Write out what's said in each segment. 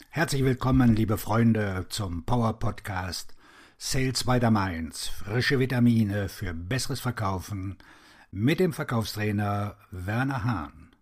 Herzlich willkommen, liebe Freunde, zum Power Podcast Sales by the Mainz. Frische Vitamine für besseres Verkaufen mit dem Verkaufstrainer Werner Hahn.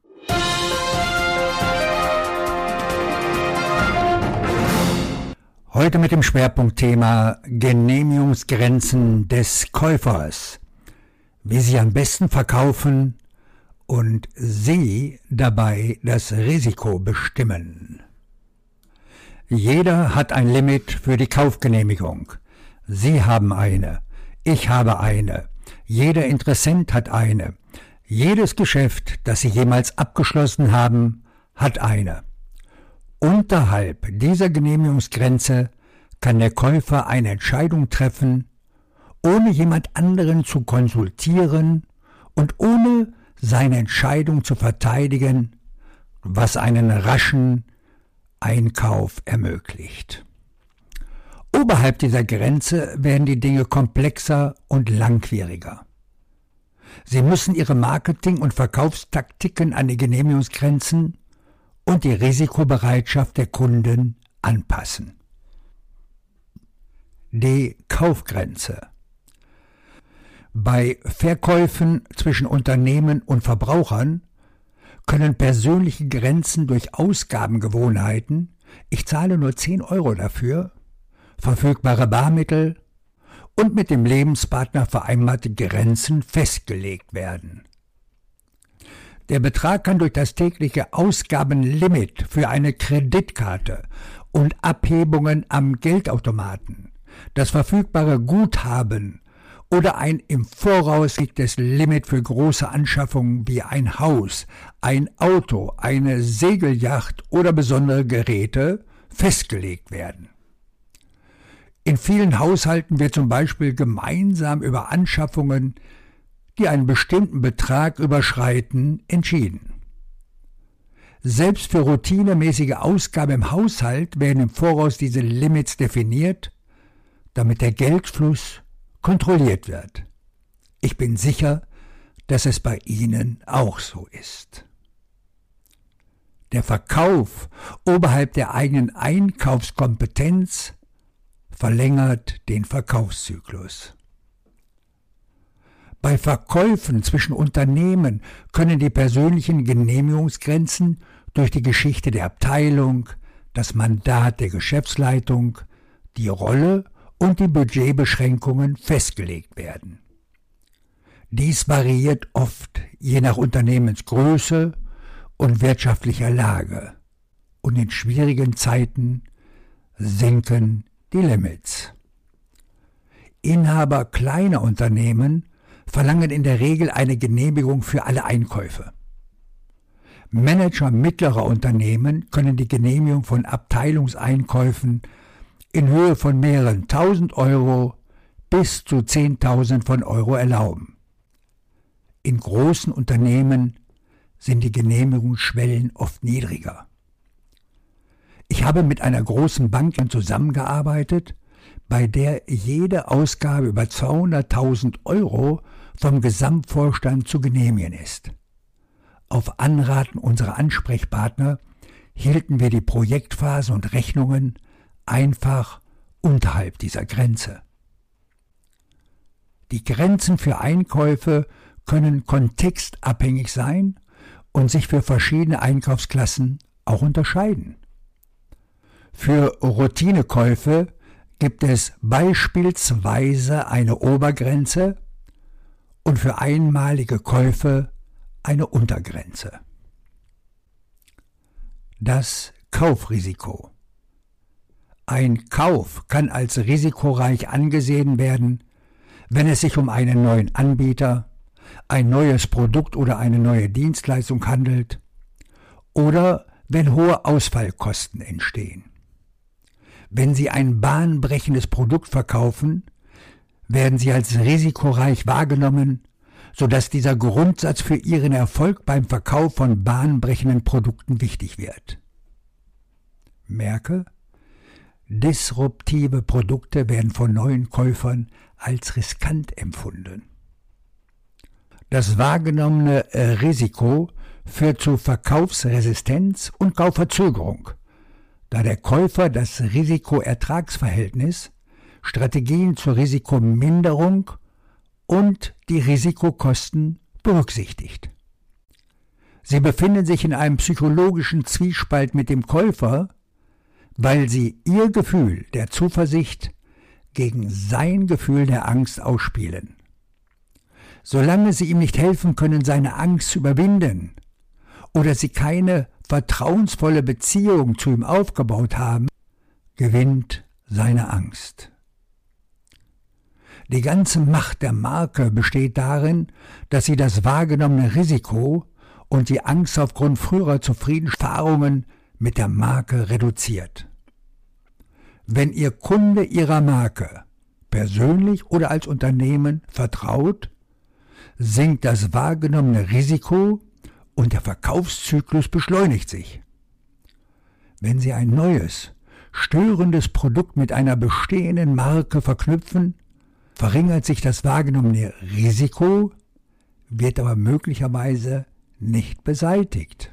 Heute mit dem Schwerpunktthema Genehmigungsgrenzen des Käufers. Wie Sie am besten verkaufen und Sie dabei das Risiko bestimmen. Jeder hat ein Limit für die Kaufgenehmigung. Sie haben eine, ich habe eine, jeder Interessent hat eine. Jedes Geschäft, das Sie jemals abgeschlossen haben, hat eine. Unterhalb dieser Genehmigungsgrenze kann der Käufer eine Entscheidung treffen, ohne jemand anderen zu konsultieren und ohne seine Entscheidung zu verteidigen, was einen raschen Einkauf ermöglicht. Oberhalb dieser Grenze werden die Dinge komplexer und langwieriger. Sie müssen Ihre Marketing- und Verkaufstaktiken an die Genehmigungsgrenzen und die Risikobereitschaft der Kunden anpassen. Die Kaufgrenze. Bei Verkäufen zwischen Unternehmen und Verbrauchern können persönliche Grenzen durch Ausgabengewohnheiten, ich zahle nur 10 Euro dafür, verfügbare Barmittel und mit dem Lebenspartner vereinbarte Grenzen festgelegt werden. Der Betrag kann durch das tägliche Ausgabenlimit für eine Kreditkarte und Abhebungen am Geldautomaten, das verfügbare Guthaben oder ein im Voraus gelegtes Limit für große Anschaffungen wie ein Haus, ein Auto, eine Segelyacht oder besondere Geräte festgelegt werden. In vielen Haushalten wird zum Beispiel gemeinsam über Anschaffungen, die einen bestimmten Betrag überschreiten, entschieden. Selbst für routinemäßige Ausgaben im Haushalt werden im Voraus diese Limits definiert, damit der Geldfluss kontrolliert wird. Ich bin sicher, dass es bei Ihnen auch so ist. Der Verkauf oberhalb der eigenen Einkaufskompetenz verlängert den Verkaufszyklus. Bei Verkäufen zwischen Unternehmen können die persönlichen Genehmigungsgrenzen durch die Geschichte der Abteilung, das Mandat der Geschäftsleitung, die Rolle und die Budgetbeschränkungen festgelegt werden. Dies variiert oft je nach Unternehmensgröße und wirtschaftlicher Lage, und in schwierigen Zeiten sinken die Limits. Inhaber kleiner Unternehmen verlangen in der Regel eine Genehmigung für alle Einkäufe. Manager mittlerer Unternehmen können die Genehmigung von Abteilungseinkäufen in Höhe von mehreren tausend Euro bis zu 10.000 von Euro erlauben. In großen Unternehmen sind die Genehmigungsschwellen oft niedriger. Ich habe mit einer großen Bank zusammengearbeitet, bei der jede Ausgabe über 200.000 Euro vom Gesamtvorstand zu genehmigen ist. Auf Anraten unserer Ansprechpartner hielten wir die Projektphase und Rechnungen einfach unterhalb dieser Grenze. Die Grenzen für Einkäufe können kontextabhängig sein und sich für verschiedene Einkaufsklassen auch unterscheiden. Für Routinekäufe gibt es beispielsweise eine Obergrenze und für einmalige Käufe eine Untergrenze. Das Kaufrisiko. Ein Kauf kann als risikoreich angesehen werden, wenn es sich um einen neuen Anbieter, ein neues Produkt oder eine neue Dienstleistung handelt oder wenn hohe Ausfallkosten entstehen. Wenn Sie ein bahnbrechendes Produkt verkaufen, werden Sie als risikoreich wahrgenommen, sodass dieser Grundsatz für Ihren Erfolg beim Verkauf von bahnbrechenden Produkten wichtig wird. Merke: Disruptive Produkte werden von neuen Käufern als riskant empfunden. Das wahrgenommene Risiko führt zu Verkaufsresistenz und Kaufverzögerung, da der Käufer das Risiko-Ertragsverhältnis, Strategien zur Risikominderung und die Risikokosten berücksichtigt. Sie befinden sich in einem psychologischen Zwiespalt mit dem Käufer, weil sie ihr Gefühl der Zuversicht gegen sein Gefühl der Angst ausspielen. Solange sie ihm nicht helfen können, seine Angst zu überwinden, oder sie keine vertrauensvolle Beziehung zu ihm aufgebaut haben, gewinnt seine Angst. Die ganze Macht der Marke besteht darin, dass sie das wahrgenommene Risiko und die Angst aufgrund früherer Zufriedenstellungen mit der Marke reduziert. Wenn Ihr Kunde Ihrer Marke persönlich oder als Unternehmen vertraut, sinkt das wahrgenommene Risiko und der Verkaufszyklus beschleunigt sich. Wenn Sie ein neues, störendes Produkt mit einer bestehenden Marke verknüpfen, verringert sich das wahrgenommene Risiko, wird aber möglicherweise nicht beseitigt.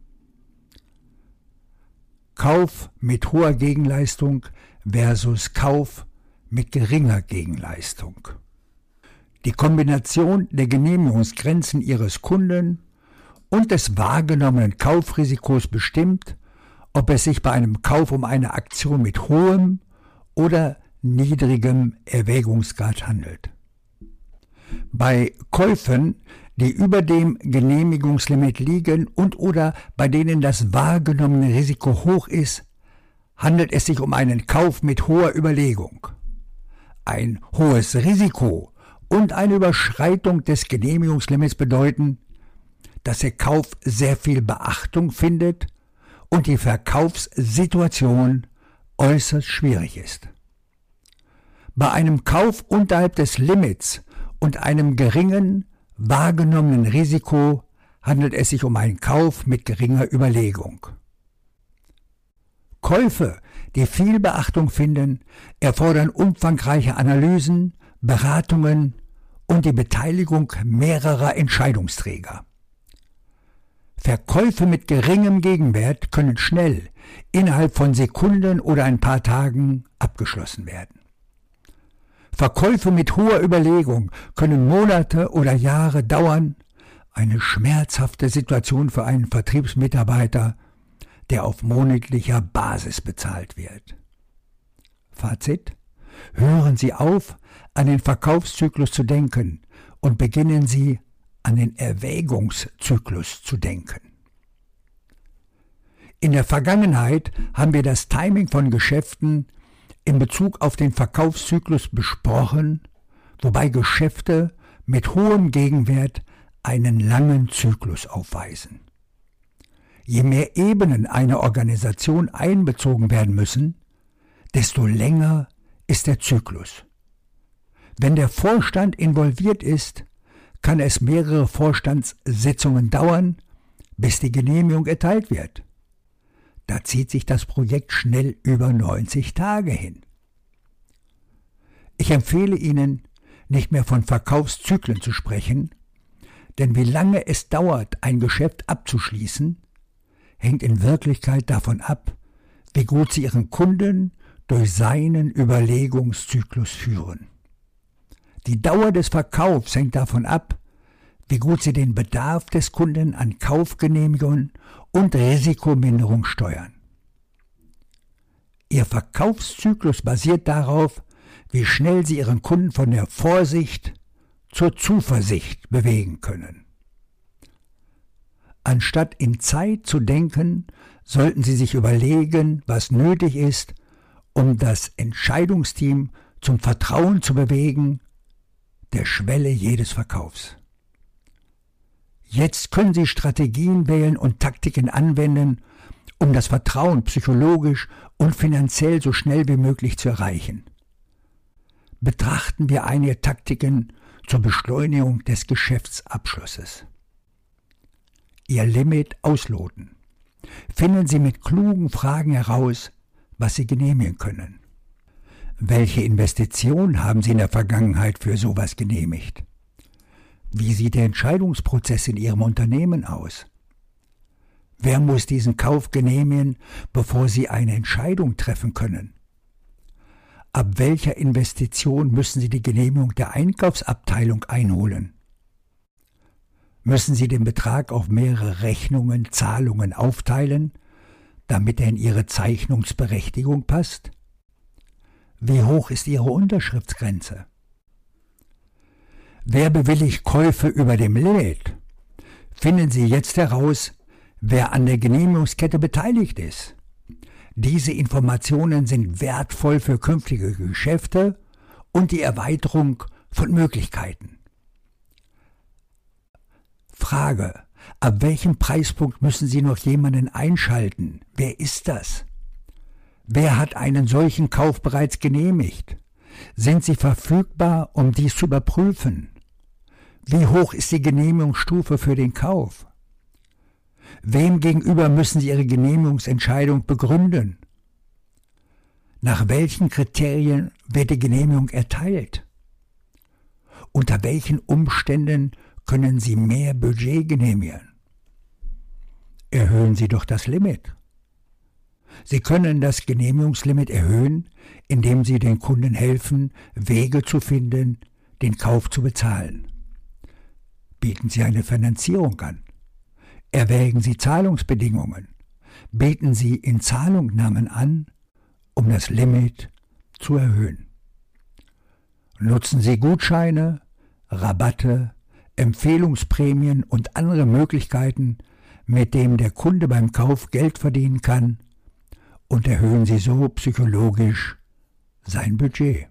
Kauf mit hoher Gegenleistung versus Kauf mit geringer Gegenleistung. Die Kombination der Genehmigungsgrenzen Ihres Kunden und des wahrgenommenen Kaufrisikos bestimmt, ob es sich bei einem Kauf um eine Aktion mit hohem oder niedrigem Erwägungsgrad handelt. Bei Käufen, die über dem Genehmigungslimit liegen und/oder bei denen das wahrgenommene Risiko hoch ist, handelt es sich um einen Kauf mit hoher Überlegung. Ein hohes Risiko und eine Überschreitung des Genehmigungslimits bedeuten, dass der Kauf sehr viel Beachtung findet und die Verkaufssituation äußerst schwierig ist. Bei einem Kauf unterhalb des Limits und einem geringen, wahrgenommenen Risiko handelt es sich um einen Kauf mit geringer Überlegung. Käufe, die viel Beachtung finden, erfordern umfangreiche Analysen, Beratungen und die Beteiligung mehrerer Entscheidungsträger. Verkäufe mit geringem Gegenwert können schnell, innerhalb von Sekunden oder ein paar Tagen, abgeschlossen werden. Verkäufe mit hoher Überlegung können Monate oder Jahre dauern, eine schmerzhafte Situation für einen Vertriebsmitarbeiter, der auf monatlicher Basis bezahlt wird. Fazit: Hören Sie auf, an den Verkaufszyklus zu denken und beginnen Sie, an den Erwägungszyklus zu denken. In der Vergangenheit haben wir das Timing von Geschäften in Bezug auf den Verkaufszyklus besprochen, wobei Geschäfte mit hohem Gegenwert einen langen Zyklus aufweisen. Je mehr Ebenen einer Organisation einbezogen werden müssen, desto länger ist der Zyklus. Wenn der Vorstand involviert ist, kann es mehrere Vorstandssitzungen dauern, bis die Genehmigung erteilt wird. Da zieht sich das Projekt schnell über 90 Tage hin. Ich empfehle Ihnen, nicht mehr von Verkaufszyklen zu sprechen, denn wie lange es dauert, ein Geschäft abzuschließen, hängt in Wirklichkeit davon ab, wie gut Sie Ihren Kunden durch seinen Überlegungszyklus führen. Die Dauer des Verkaufs hängt davon ab, wie gut Sie den Bedarf des Kunden an Kaufgenehmigungen und Risikominderung steuern. Ihr Verkaufszyklus basiert darauf, wie schnell Sie Ihren Kunden von der Vorsicht zur Zuversicht bewegen können. Anstatt in Zeit zu denken, sollten Sie sich überlegen, was nötig ist, um das Entscheidungsteam zum Vertrauen zu bewegen, der Schwelle jedes Verkaufs. Jetzt können Sie Strategien wählen und Taktiken anwenden, um das Vertrauen psychologisch und finanziell so schnell wie möglich zu erreichen. Betrachten wir einige Taktiken zur Beschleunigung des Geschäftsabschlusses. Ihr Limit ausloten. Finden Sie mit klugen Fragen heraus, was Sie genehmigen können. Welche Investitionen haben Sie in der Vergangenheit für sowas genehmigt? Wie sieht der Entscheidungsprozess in Ihrem Unternehmen aus? Wer muss diesen Kauf genehmigen, bevor Sie eine Entscheidung treffen können? Ab welcher Investition müssen Sie die Genehmigung der Einkaufsabteilung einholen? Müssen Sie den Betrag auf mehrere Rechnungen, Zahlungen aufteilen, damit er in Ihre Zeichnungsberechtigung passt? Wie hoch ist Ihre Unterschriftsgrenze? Wer bewilligt Käufe über dem Limit? Finden Sie jetzt heraus, wer an der Genehmigungskette beteiligt ist. Diese Informationen sind wertvoll für künftige Geschäfte und die Erweiterung von Möglichkeiten. Frage: Ab welchem Preispunkt müssen Sie noch jemanden einschalten? Wer ist das? Wer hat einen solchen Kauf bereits genehmigt? Sind Sie verfügbar, um dies zu überprüfen? Wie hoch ist die Genehmigungsstufe für den Kauf? Wem gegenüber müssen Sie Ihre Genehmigungsentscheidung begründen? Nach welchen Kriterien wird die Genehmigung erteilt? Unter welchen Umständen können Sie mehr Budget genehmigen? Erhöhen Sie doch das Limit. Sie können das Genehmigungslimit erhöhen, indem Sie den Kunden helfen, Wege zu finden, den Kauf zu bezahlen. Bieten Sie eine Finanzierung an. Erwägen Sie Zahlungsbedingungen. Bieten Sie Inzahlungnahmen an, um das Limit zu erhöhen. Nutzen Sie Gutscheine, Rabatte, Empfehlungsprämien und andere Möglichkeiten, mit denen der Kunde beim Kauf Geld verdienen kann, und erhöhen Sie so psychologisch sein Budget.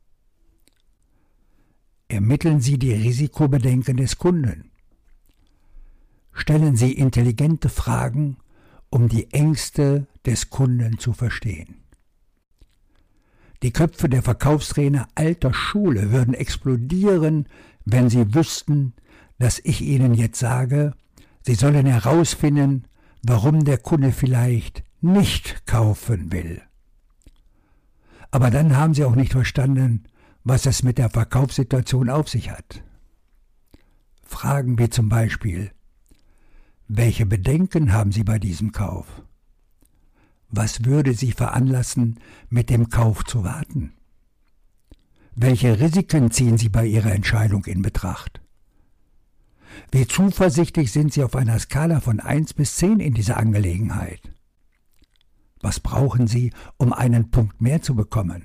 Ermitteln Sie die Risikobedenken des Kunden. Stellen Sie intelligente Fragen, um die Ängste des Kunden zu verstehen. Die Köpfe der Verkaufstrainer alter Schule würden explodieren, wenn sie wüssten, dass ich ihnen jetzt sage, sie sollen herausfinden, warum der Kunde vielleicht nicht kaufen will. Aber dann haben sie auch nicht verstanden, was es mit der Verkaufssituation auf sich hat. Fragen wie zum Beispiel: Welche Bedenken haben Sie bei diesem Kauf? Was würde Sie veranlassen, mit dem Kauf zu warten? Welche Risiken ziehen Sie bei Ihrer Entscheidung in Betracht? Wie zuversichtlich sind Sie auf einer Skala von 1 bis 10 in dieser Angelegenheit? Was brauchen Sie, um einen Punkt mehr zu bekommen?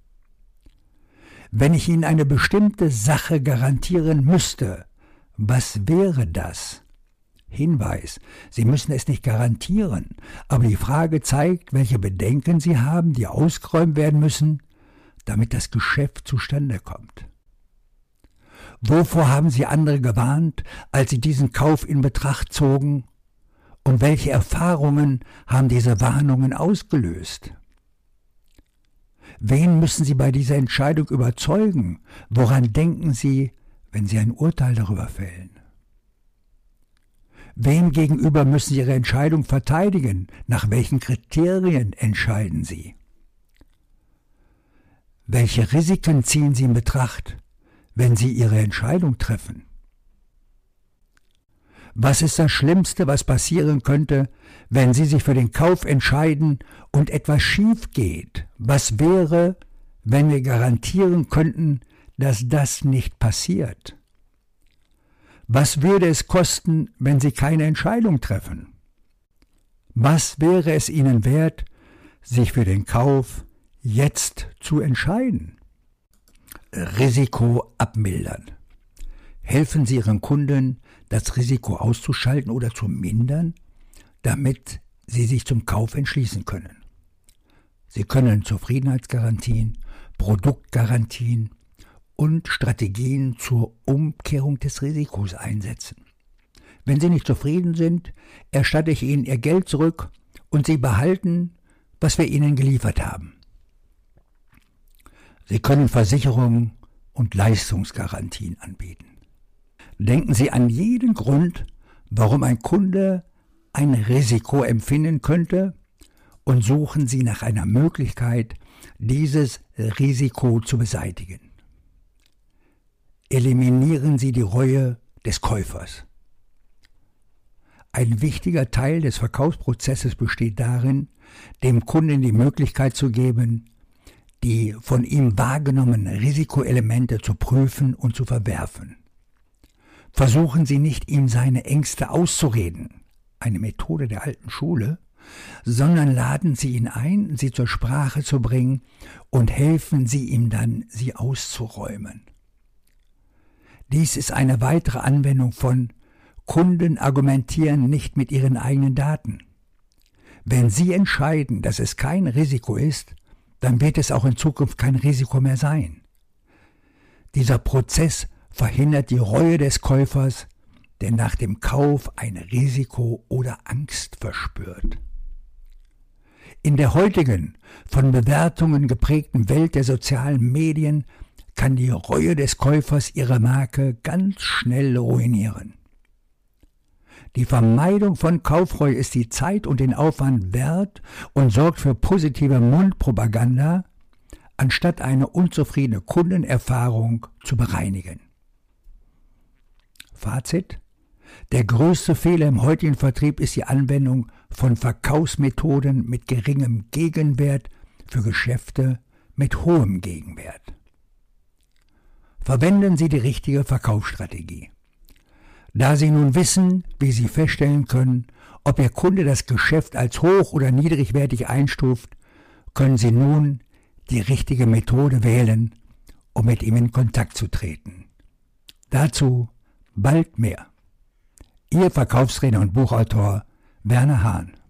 Wenn ich Ihnen eine bestimmte Sache garantieren müsste, was wäre das? Hinweis: Sie müssen es nicht garantieren, aber die Frage zeigt, welche Bedenken Sie haben, die ausgeräumt werden müssen, damit das Geschäft zustande kommt. Wovor haben Sie andere gewarnt, als Sie diesen Kauf in Betracht zogen? Und welche Erfahrungen haben diese Warnungen ausgelöst? Wen müssen Sie bei dieser Entscheidung überzeugen? Woran denken Sie, wenn Sie ein Urteil darüber fällen? Wem gegenüber müssen Sie Ihre Entscheidung verteidigen? Nach welchen Kriterien entscheiden Sie? Welche Risiken ziehen Sie in Betracht, wenn Sie Ihre Entscheidung treffen? Was ist das Schlimmste, was passieren könnte, wenn Sie sich für den Kauf entscheiden und etwas schief geht? Was wäre, wenn wir garantieren könnten, dass das nicht passiert? Was würde es kosten, wenn Sie keine Entscheidung treffen? Was wäre es Ihnen wert, sich für den Kauf jetzt zu entscheiden? Risiko abmildern. Helfen Sie Ihren Kunden, das Risiko auszuschalten oder zu mindern, damit sie sich zum Kauf entschließen können. Sie können Zufriedenheitsgarantien, Produktgarantien und Strategien zur Umkehrung des Risikos einsetzen. Wenn Sie nicht zufrieden sind, erstatte ich Ihnen Ihr Geld zurück und Sie behalten, was wir Ihnen geliefert haben. Sie können Versicherungen und Leistungsgarantien anbieten. Denken Sie an jeden Grund, warum ein Kunde ein Risiko empfinden könnte, und suchen Sie nach einer Möglichkeit, dieses Risiko zu beseitigen. Eliminieren Sie die Reue des Käufers. Ein wichtiger Teil des Verkaufsprozesses besteht darin, dem Kunden die Möglichkeit zu geben, die von ihm wahrgenommenen Risikoelemente zu prüfen und zu verwerfen. Versuchen Sie nicht, ihm seine Ängste auszureden, eine Methode der alten Schule, sondern laden Sie ihn ein, sie zur Sprache zu bringen und helfen Sie ihm dann, sie auszuräumen. Dies ist eine weitere Anwendung von Kunden argumentieren nicht mit ihren eigenen Daten. Wenn Sie entscheiden, dass es kein Risiko ist, dann wird es auch in Zukunft kein Risiko mehr sein. Dieser Prozess verhindert die Reue des Käufers, der nach dem Kauf ein Risiko oder Angst verspürt. In der heutigen, von Bewertungen geprägten Welt der sozialen Medien kann die Reue des Käufers Ihre Marke ganz schnell ruinieren. Die Vermeidung von Kaufreue ist die Zeit und den Aufwand wert und sorgt für positive Mundpropaganda, anstatt eine unzufriedene Kundenerfahrung zu bereinigen. Fazit: Der größte Fehler im heutigen Vertrieb ist die Anwendung von Verkaufsmethoden mit geringem Gegenwert für Geschäfte mit hohem Gegenwert. Verwenden Sie die richtige Verkaufsstrategie. Da Sie nun wissen, wie Sie feststellen können, ob Ihr Kunde das Geschäft als hoch- oder niedrigwertig einstuft, können Sie nun die richtige Methode wählen, um mit ihm in Kontakt zu treten. Dazu bald mehr. Ihr Verkaufstrainer und Buchautor Werner Hahn.